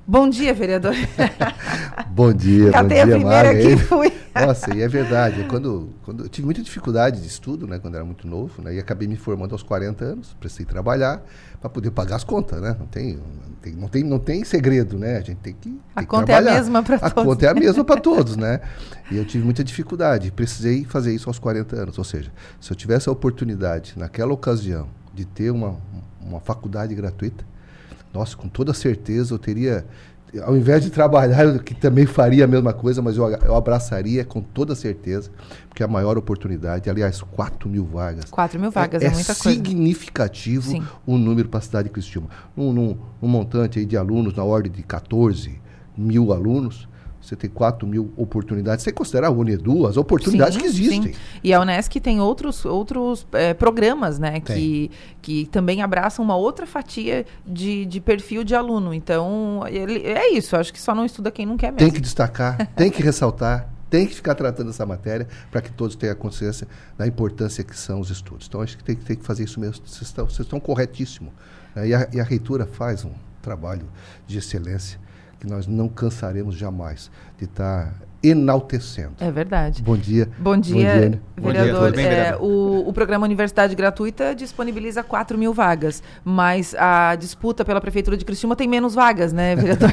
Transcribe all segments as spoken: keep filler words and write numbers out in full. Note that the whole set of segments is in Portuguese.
Bom dia, vereador. Bom dia, Cadê bom dia, a primeira Maga. que fui? Nossa, e é verdade. Quando, quando eu tive muita dificuldade de estudo, né, quando era muito novo, né, e acabei me formando aos quarenta anos, precisei trabalhar para poder pagar as contas, né? Não tem, não tem, não tem, não tem segredo, né? A gente tem que, tem a que conta trabalhar. é a mesma para todos. A conta é a mesma para todos, né? E eu tive muita dificuldade. Precisei fazer isso aos quarenta anos. Ou seja, se eu tivesse a oportunidade, naquela ocasião, de ter uma, uma faculdade gratuita, nossa, com toda certeza eu teria, ao invés de trabalhar, eu que também faria a mesma coisa, mas eu, eu abraçaria com toda certeza, porque é a maior oportunidade, aliás, quatro mil vagas. quatro mil vagas é, é, é muita coisa. É significativo Sim. o número para a cidade de Criciúma. Um, num, um montante aí de alunos na ordem de quatorze mil alunos, você tem quatro mil oportunidades, sem considerar o Unedu, as oportunidades sim, que existem. Sim. E a Unesc tem outros, outros é, programas, né, que, que também abraçam uma outra fatia de, de perfil de aluno. Então, ele, é isso, acho que só não estuda quem não quer mesmo. Tem que destacar, tem que ressaltar, tem que ficar tratando essa matéria para que todos tenham consciência da importância que são os estudos. Então, acho que tem, tem que fazer isso mesmo. Vocês estão, vocês estão corretíssimos. Né? E, a, e a reitora faz um trabalho de excelência que nós não cansaremos jamais de estar enaltecendo. É verdade. Bom dia. Bom dia, Bom dia vereador. Bom dia, bem, é, vereador. o, o programa Universidade Gratuita disponibiliza quatro mil vagas, mas a disputa pela Prefeitura de Criciúma tem menos vagas, né, vereador?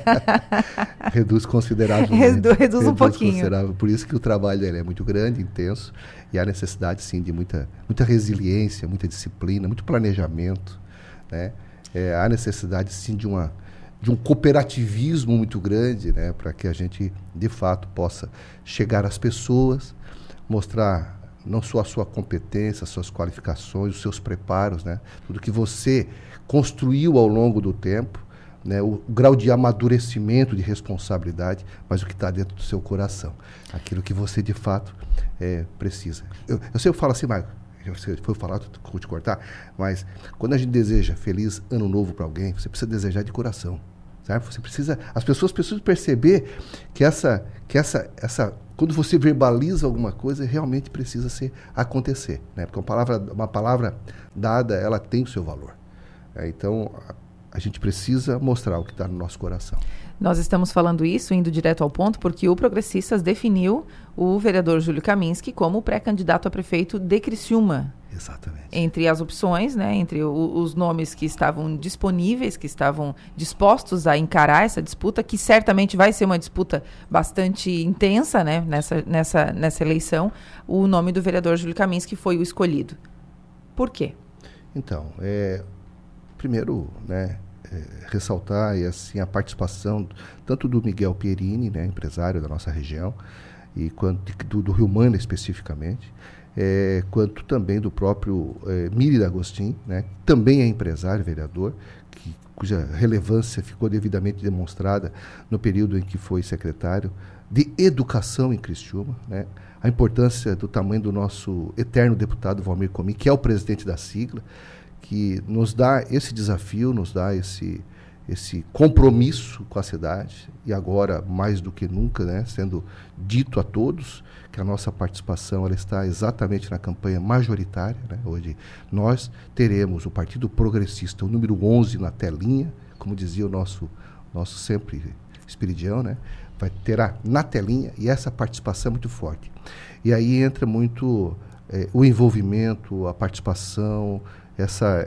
Reduz consideravelmente. Redu, reduz, reduz um pouquinho. Por isso que o trabalho ele é muito grande, intenso, e há necessidade, sim, de muita, muita resiliência, muita disciplina, muito planejamento, né? É, há necessidade, sim, de uma de um cooperativismo muito grande, né, para que a gente, de fato, possa chegar às pessoas, mostrar não só a sua competência, as suas qualificações, os seus preparos, né, tudo que você construiu ao longo do tempo, né, o, o grau de amadurecimento, de responsabilidade, mas o que está dentro do seu coração, aquilo que você, de fato, é, precisa. Eu, eu sempre falo assim, Marco, você foi falar, vou te cortar, mas quando a gente deseja feliz ano novo para alguém, você precisa desejar de coração, sabe? Você precisa, as pessoas precisam perceber que essa, que essa, essa, quando você verbaliza alguma coisa, realmente precisa ser acontecer, né? Porque uma palavra, uma palavra dada, ela tem o seu valor. É, então, a, a gente precisa mostrar o que está no nosso coração. Nós estamos falando isso, indo direto ao ponto, porque o Progressistas definiu o vereador Júlio Kaminski como pré-candidato a prefeito de Criciúma. Exatamente. Entre as opções, né, entre o, os nomes que estavam disponíveis, que estavam dispostos a encarar essa disputa, que certamente vai ser uma disputa bastante intensa, né, nessa, nessa, nessa eleição, o nome do vereador Júlio Kaminski foi o escolhido. Por quê? Então, é, primeiro, né, É, ressaltar e, assim, a participação tanto do Miguel Pierini, né, empresário da nossa região, e quanto do, do Rio Manda especificamente, é, quanto também do próprio é, Miri D'Agostin, né, também é empresário, vereador, que, cuja relevância ficou devidamente demonstrada no período em que foi secretário de Educação em Criciúma, né, a importância do tamanho do nosso eterno deputado Valmir Comi, que é o presidente da sigla, que nos dá esse desafio, nos dá esse, esse compromisso com a cidade, e agora, mais do que nunca, né, sendo dito a todos que a nossa participação ela está exatamente na campanha majoritária, né, onde nós teremos o Partido Progressista, o número onze na telinha, como dizia o nosso, nosso sempre Espiridião, né, vai ter a, na telinha, e essa participação é muito forte. E aí entra muito é, o envolvimento, a participação, essa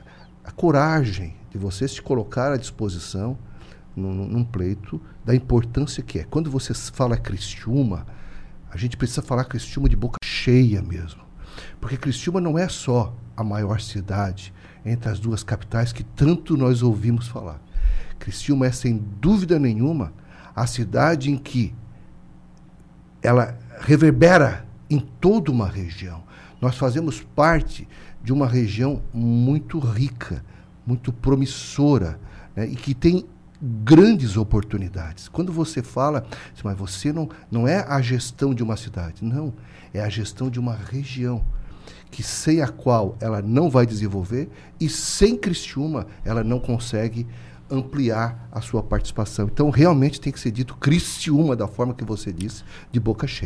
a coragem de você se colocar à disposição num, num pleito da importância que é. Quando você fala Criciúma, a gente precisa falar Criciúma de boca cheia mesmo. Porque Criciúma não é só a maior cidade entre as duas capitais que tanto nós ouvimos falar. Criciúma é, sem dúvida nenhuma, a cidade em que ela reverbera em toda uma região. Nós fazemos parte de uma região muito rica, muito promissora, né, e que tem grandes oportunidades. Quando você fala, mas você não, não é a gestão de uma cidade, não, é a gestão de uma região, que sem a qual ela não vai desenvolver, e sem Criciúma ela não consegue ampliar a sua participação. Então, realmente tem que ser dito Criciúma, da forma que você disse, de boca cheia.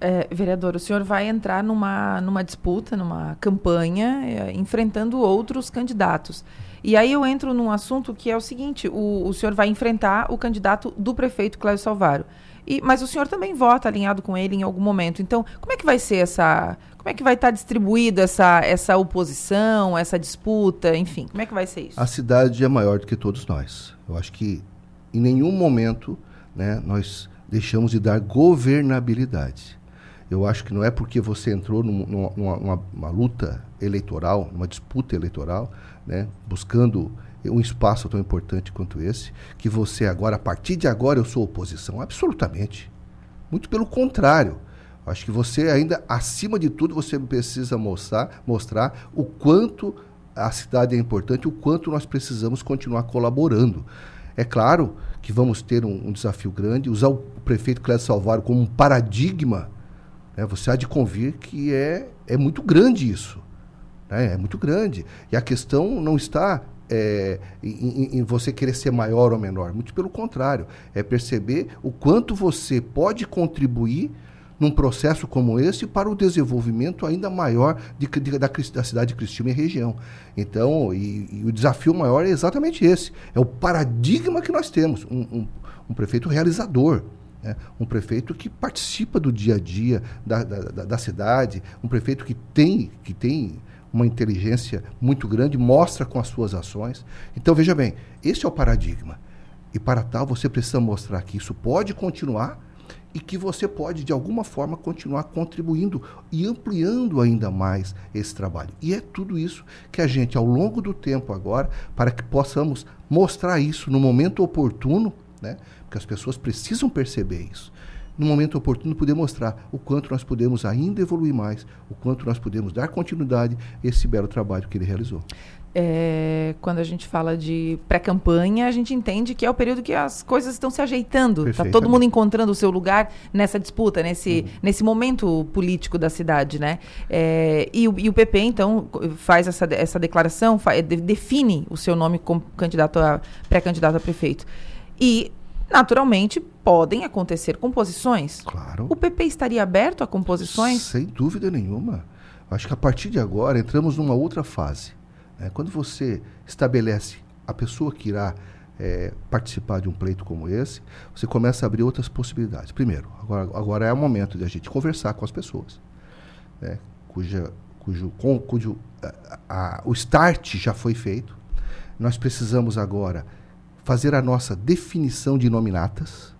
É, vereador, o senhor vai entrar numa, numa disputa, numa campanha, é, enfrentando outros candidatos. E aí eu entro num assunto que é o seguinte, o, o senhor vai enfrentar o candidato do prefeito Clédio Salvaro. E, mas o senhor também vota alinhado com ele em algum momento. Então, como é que vai ser essa... Como é que vai estar distribuída essa, essa oposição, essa disputa, enfim, como é que vai ser isso? A cidade é maior do que todos nós. Eu acho que em nenhum momento, né, nós deixamos de dar governabilidade. Eu acho que não é porque você entrou num, numa, numa, numa luta eleitoral, numa disputa eleitoral, né, buscando um espaço tão importante quanto esse, que você agora, a partir de agora, eu sou oposição. Absolutamente. Muito pelo contrário. Acho que você ainda, acima de tudo, você precisa mostrar, mostrar o quanto a cidade é importante, o quanto nós precisamos continuar colaborando. É claro que vamos ter um, um desafio grande, usar o prefeito Clédio Salvaro como um paradigma, né? Você há de convir que é, é muito grande isso, né? É muito grande. E a questão não está é, em, em você querer ser maior ou menor, muito pelo contrário, é perceber o quanto você pode contribuir num processo como esse para o desenvolvimento ainda maior de, de, da, da cidade de Criciúma e região. Então, e, e o desafio maior é exatamente esse. É o paradigma que nós temos. Um, um, um prefeito realizador, né? Um prefeito que participa do dia a dia da, da, da, da cidade, um prefeito que tem, que tem uma inteligência muito grande, mostra com as suas ações. Então, veja bem, esse é o paradigma. E para tal, você precisa mostrar que isso pode continuar e que você pode, de alguma forma, continuar contribuindo e ampliando ainda mais esse trabalho. E é tudo isso que a gente, ao longo do tempo agora, para que possamos mostrar isso no momento oportuno, né? Porque as pessoas precisam perceber isso. No momento oportuno, poder mostrar o quanto nós podemos ainda evoluir mais, o quanto nós podemos dar continuidade a esse belo trabalho que ele realizou. É, quando a gente fala de pré-campanha, a gente entende que é o período que as coisas estão se ajeitando. Está todo mundo encontrando o seu lugar nessa disputa, nesse, uhum. nesse momento político da cidade, né? É, e, o, e o P P, então, faz essa, essa declaração, faz, define o seu nome como candidato a, pré-candidato a prefeito. E, naturalmente, podem acontecer composições. Claro. O P P estaria aberto a composições? Sem dúvida nenhuma. Acho que a partir de agora entramos numa outra fase. É, quando você estabelece a pessoa que irá é, participar de um pleito como esse, você começa a abrir outras possibilidades. Primeiro, agora, agora é o momento de a gente conversar com as pessoas, né, cuja, cujo, com, cujo a, a, o start já foi feito. Nós precisamos agora fazer a nossa definição de nominatas,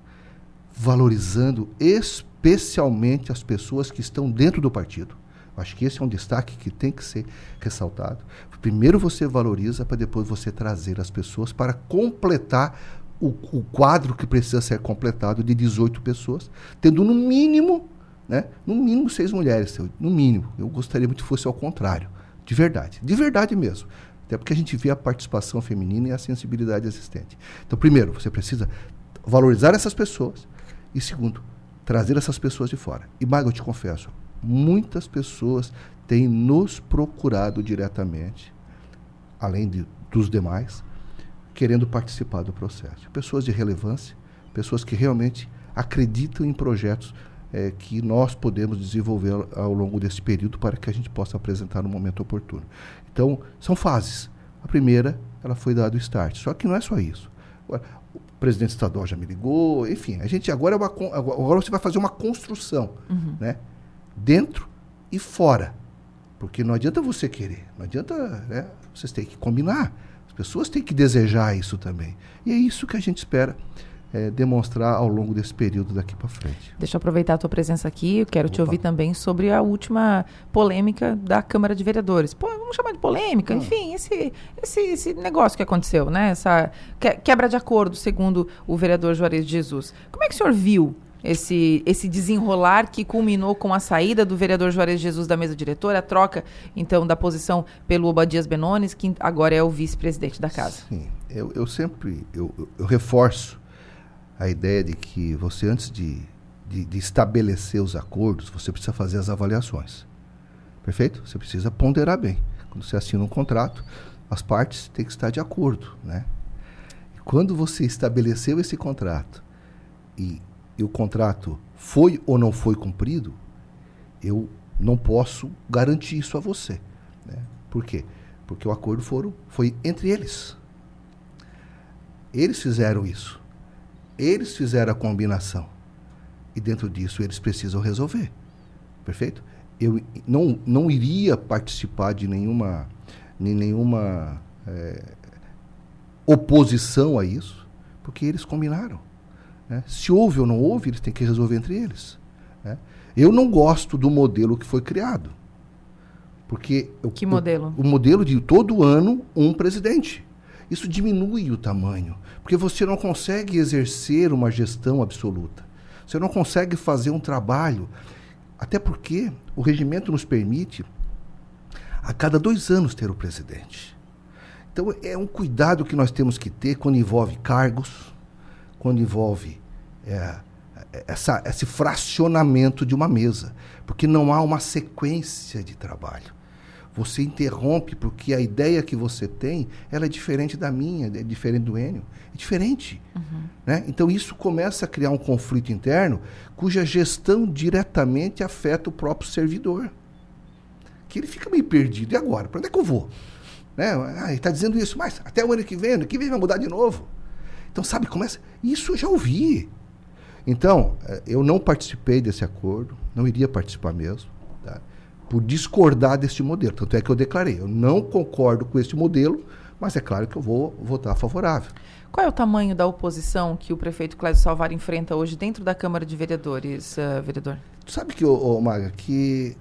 valorizando especialmente as pessoas que estão dentro do partido. Acho que esse é um destaque que tem que ser ressaltado. Primeiro você valoriza, para depois você trazer as pessoas para completar o, o quadro que precisa ser completado de dezoito pessoas, tendo no mínimo, né, no mínimo seis mulheres, no mínimo. Eu gostaria muito que fosse ao contrário, de verdade, de verdade mesmo. Até porque a gente vê a participação feminina e a sensibilidade existente. Então, primeiro, você precisa valorizar essas pessoas e, segundo, trazer essas pessoas de fora. E, Maga, eu te confesso, muitas pessoas têm nos procurado diretamente, além de, dos demais, querendo participar do processo. Pessoas de relevância, pessoas que realmente acreditam em projetos é, que nós podemos desenvolver ao, ao longo desse período para que a gente possa apresentar no momento oportuno. Então, são fases. A primeira, ela foi dado o start. Só que não é só isso. Agora, o presidente estadual já me ligou, enfim, a gente agora, é uma, agora você vai fazer uma construção, uhum. né? Dentro e fora. Porque não adianta você querer, não adianta, né? Vocês têm que combinar. As pessoas têm que desejar isso também. E é isso que a gente espera é, demonstrar ao longo desse período daqui para frente. Deixa eu aproveitar a tua presença aqui. Eu quero Opa. te ouvir também sobre a última polêmica da Câmara de Vereadores. Pô, vamos chamar de polêmica? Ah. Enfim, esse, esse, esse negócio que aconteceu, né? Essa quebra de acordo, segundo o vereador Juarez de Jesus. Como é que o senhor viu Esse, esse desenrolar que culminou com a saída do vereador Juarez Jesus da mesa diretora, a troca, então, da posição pelo Obadias Benones, que agora é o vice-presidente da casa? Sim, eu, eu sempre, eu, eu reforço a ideia de que você, antes de, de, de estabelecer os acordos, você precisa fazer as avaliações. Perfeito? Você precisa ponderar bem. Quando você assina um contrato, as partes têm que estar de acordo, né? E quando você estabeleceu esse contrato e e o contrato foi ou não foi cumprido, Eu não posso garantir isso a você. Né? Por quê? Porque o acordo foram, foi entre eles. Eles fizeram isso. Eles fizeram a combinação. E dentro disso eles precisam resolver. Perfeito? Eu não, não iria participar de nenhuma, de nenhuma é, oposição a isso, porque eles combinaram. Né? Se houve ou não houve, eles têm que resolver entre eles. Né? Eu não gosto do modelo que foi criado. Porque que eu, modelo? O, o modelo de todo ano um presidente. Isso diminui o tamanho, porque você não consegue exercer uma gestão absoluta. Você não consegue fazer um trabalho, até porque o regimento nos permite a cada dois anos ter o presidente. Então é um cuidado que nós temos que ter quando envolve cargos, quando envolve é, essa, esse fracionamento de uma mesa, porque não há uma sequência de trabalho. Você interrompe porque a ideia que você tem, ela é diferente da minha, é diferente do Enio, é diferente. Uhum. Né? Então isso começa a criar um conflito interno cuja gestão diretamente afeta o próprio servidor. Que ele fica meio perdido. E agora? Para onde é que eu vou? Né? Ah, ele está dizendo isso, mas até o ano que vem, ano que vem vai mudar de novo. Então, sabe, começa... Isso eu já ouvi. Então, eu não participei desse acordo, não iria participar mesmo, tá? Por discordar deste modelo. Tanto é que eu declarei, eu não concordo com este modelo, mas é claro que eu vou votar favorável. Qual é o tamanho da oposição que o prefeito Clésio Salvar enfrenta hoje dentro da Câmara de Vereadores, uh, vereador? Tu sabe que, ô, ô, Maga, que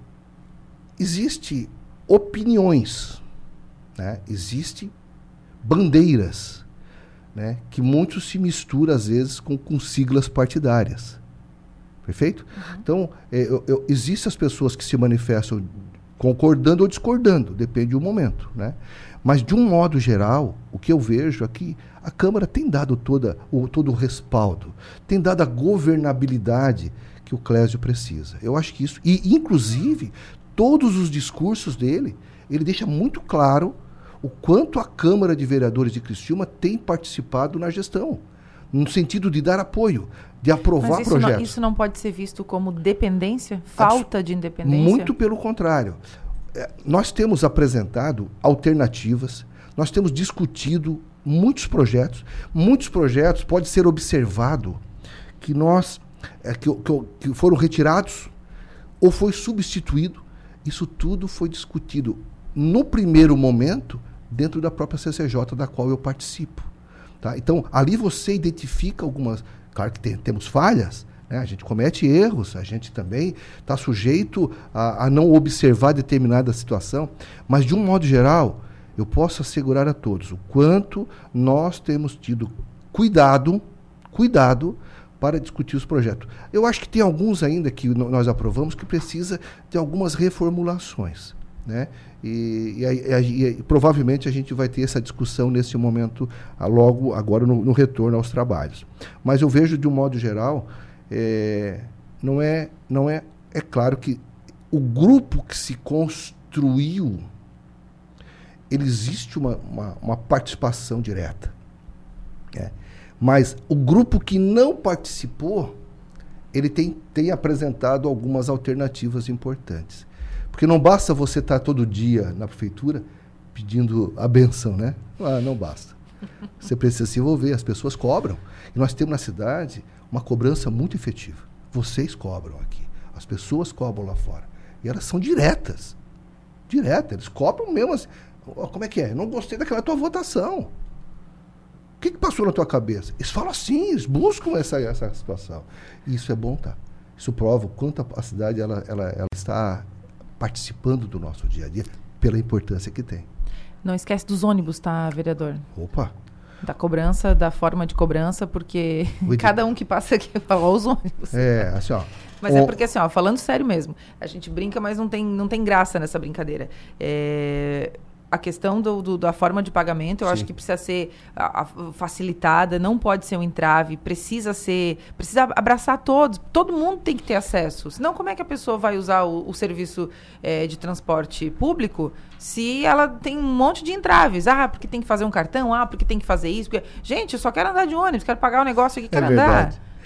existe opiniões, né? Existem bandeiras, né? Que muito se mistura, às vezes, com, com siglas partidárias. Perfeito? Uhum. Então, é, eu, eu, existem as pessoas que se manifestam concordando ou discordando, depende do momento, né? Mas, de um modo geral, o que eu vejo aqui, a Câmara tem dado toda, o, todo o respaldo, tem dado a governabilidade que o Clésio precisa. Eu acho que isso, e inclusive, todos os discursos dele, ele deixa muito claro o quanto a Câmara de Vereadores de Criciúma tem participado na gestão, no sentido de dar apoio, de aprovar Mas isso projetos. Não, isso não pode ser visto como dependência? Falta Abs- de independência? Muito pelo contrário. É, nós temos apresentado alternativas, nós temos discutido muitos projetos. Muitos projetos pode ser observado que nós é, que, que, que foram retirados ou foi substituído. Isso tudo foi discutido no primeiro momento dentro da própria C C J, da qual eu participo. Tá? Então, ali você identifica algumas... Claro que tem, temos falhas, né? A gente comete erros, a gente também está sujeito a, a não observar determinada situação, mas, de um modo geral, eu posso assegurar a todos o quanto nós temos tido cuidado, cuidado para discutir os projetos. Eu acho que tem alguns ainda que nós aprovamos que precisa de algumas reformulações, né? E, e, e, e provavelmente a gente vai ter essa discussão nesse momento, a, logo agora no, no retorno aos trabalhos. Mas eu vejo, de um modo geral, é, não é, não é, é claro que o grupo que se construiu, ele existe uma, uma, uma participação direta. Né? Mas o grupo que não participou, ele tem, tem apresentado algumas alternativas importantes. Porque não basta você estar todo dia na prefeitura pedindo a benção, né? Ah, não basta. Você precisa se envolver, as pessoas cobram. E nós temos na cidade uma cobrança muito efetiva. Vocês cobram aqui, as pessoas cobram lá fora. E elas são diretas. Diretas, eles cobram mesmo assim. Como é que é? Não gostei daquela tua votação. O que, que passou na tua cabeça? Eles falam assim, eles buscam essa, essa situação. E isso é bom, tá? Isso prova o quanto a cidade ela, ela, ela está participando do nosso dia a dia, pela importância que tem. Não esquece dos ônibus, tá, vereador? Opa! Da cobrança, da forma de cobrança, porque cada um que passa aqui fala os ônibus. É, assim, ó. Mas o... é porque, assim, ó, falando sério mesmo, a gente brinca, mas não tem, não tem graça nessa brincadeira. É... A questão do, do, da forma de pagamento, eu Sim. acho que precisa ser a, a, facilitada, não pode ser um entrave, precisa ser, precisa abraçar todos, todo mundo tem que ter acesso. Senão, como é que a pessoa vai usar o, o serviço é, de transporte público se ela tem um monte de entraves? Ah, porque tem que fazer um cartão, ah, porque tem que fazer isso. Porque... Gente, eu só quero andar de ônibus, quero pagar o negócio aqui, quero é andar. Verdade.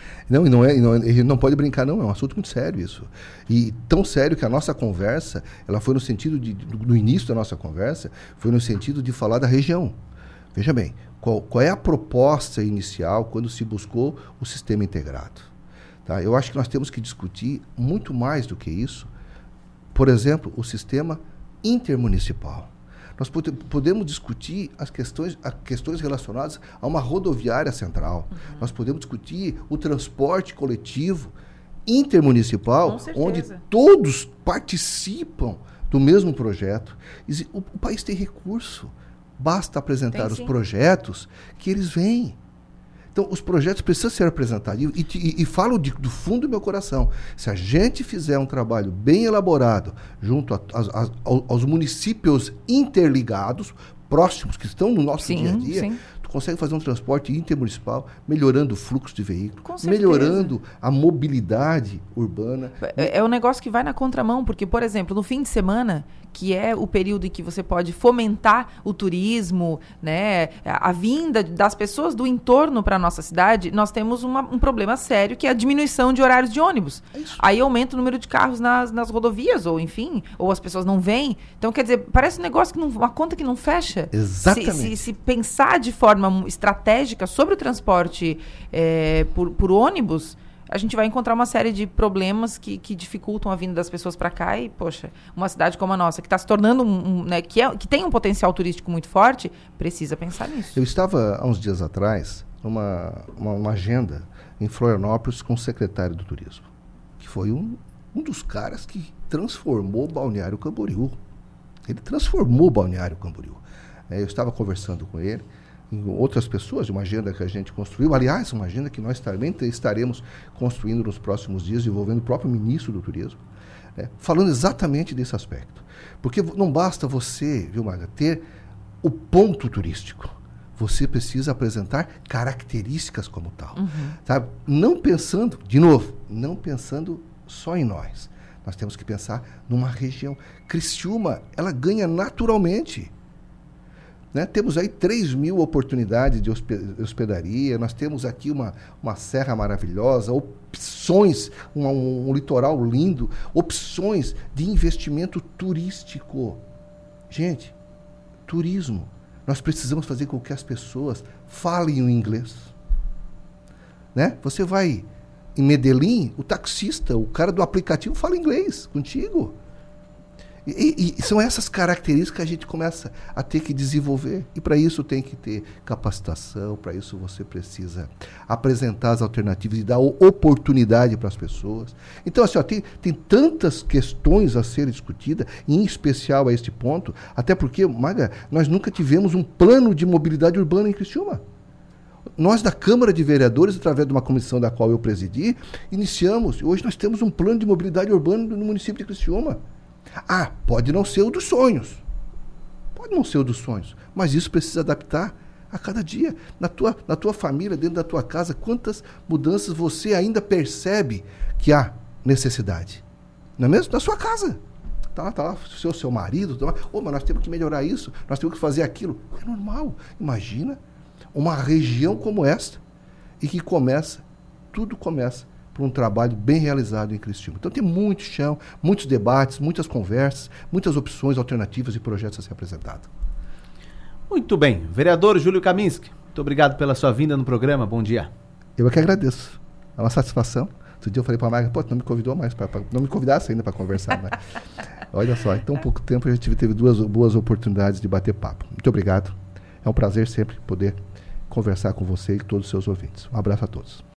Não, e não é, e não, a gente não pode brincar, não, é um assunto muito sério isso. E tão sério que a nossa conversa, ela foi no sentido de, no início da nossa conversa, foi no sentido de falar da região. Veja bem, qual, qual é a proposta inicial quando se buscou o sistema integrado? Tá? Eu acho que nós temos que discutir muito mais do que isso. Por exemplo, o sistema intermunicipal. Nós pode, podemos discutir as questões, as questões relacionadas a uma rodoviária central. Uhum. Nós podemos discutir o transporte coletivo intermunicipal, onde todos participam do mesmo projeto. O, o país tem recurso. Basta apresentar tem, os projetos que eles vêm. Então, os projetos precisam ser apresentados. E, e, e falo de, do fundo do meu coração. Se a gente fizer um trabalho bem elaborado junto a, a, a, aos municípios interligados, próximos, que estão no nosso sim, dia a dia, sim. tu consegue fazer um transporte intermunicipal, melhorando o fluxo de veículos, melhorando a mobilidade urbana. É, é um negócio que vai na contramão, porque, por exemplo, no fim de semana, que é o período em que você pode fomentar o turismo, né, a, a vinda das pessoas do entorno para a nossa cidade, nós temos uma, um problema sério, que é a diminuição de horários de ônibus. É Aí aumenta o número de carros nas, nas rodovias, ou enfim, ou as pessoas não vêm. Então, quer dizer, parece um negócio, que não, uma conta que não fecha. Exatamente. Se, se, se pensar de forma estratégica sobre o transporte é, por, por ônibus, a gente vai encontrar uma série de problemas que, que dificultam a vinda das pessoas para cá e, poxa, uma cidade como a nossa, que está se tornando, um, um, né, que, é, que tem um potencial turístico muito forte, precisa pensar nisso. Eu estava, há uns dias atrás, numa uma, uma agenda em Florianópolis com o secretário do Turismo, que foi um, um dos caras que transformou o Balneário Camboriú. Ele transformou o Balneário Camboriú. É, eu estava conversando com ele, outras pessoas, de uma agenda que a gente construiu, aliás, uma agenda que nós também estaremos construindo nos próximos dias, envolvendo o próprio ministro do Turismo, né, falando exatamente desse aspecto. Porque não basta você, viu, Maga, ter o ponto turístico. Você precisa apresentar características como tal. Uhum. Sabe? Não pensando, de novo, não pensando só em nós. Nós temos que pensar numa região. Criciúma, ela ganha naturalmente. Né? Temos aí três mil oportunidades de hospedaria, nós temos aqui uma, uma serra maravilhosa, opções, um, um, um litoral lindo, opções de investimento turístico. Gente, turismo, nós precisamos fazer com que as pessoas falem o inglês. Né? Você vai em Medellín, o taxista, o cara do aplicativo fala inglês contigo. E, e são essas características que a gente começa a ter que desenvolver. E para isso tem que ter capacitação, para isso você precisa apresentar as alternativas e dar oportunidade para as pessoas. Então, assim, ó, tem, tem tantas questões a serem discutidas, em especial a este ponto, até porque, Maga, nós nunca tivemos um plano de mobilidade urbana em Criciúma. Nós, da Câmara de Vereadores, através de uma comissão da qual eu presidi, iniciamos, hoje nós temos um plano de mobilidade urbana no município de Criciúma. Ah, pode não ser o dos sonhos. Pode não ser o dos sonhos. Mas isso precisa adaptar a cada dia. Na tua, na tua família, dentro da tua casa, quantas mudanças você ainda percebe que há necessidade? Não é mesmo? Na sua casa. Tá lá, tá lá o seu, seu marido. Tá lá. Oh, mas nós temos que melhorar isso. Nós temos que fazer aquilo. É normal. Imagina uma região como esta e que começa, tudo começa por um trabalho bem realizado em Criciúma. Então tem muito chão, muitos debates, muitas conversas, muitas opções, alternativas e projetos a ser apresentados. Muito bem. Vereador Júlio Kaminski, muito obrigado pela sua vinda no programa. Bom dia. Eu é que agradeço. É uma satisfação. Outro dia eu falei para a Marga, pô, não me convidou mais, pra, pra, não me convidasse ainda para conversar. Né? Olha só, em tão pouco tempo a gente teve duas boas oportunidades de bater papo. Muito obrigado. É um prazer sempre poder conversar com você e todos os seus ouvintes. Um abraço a todos.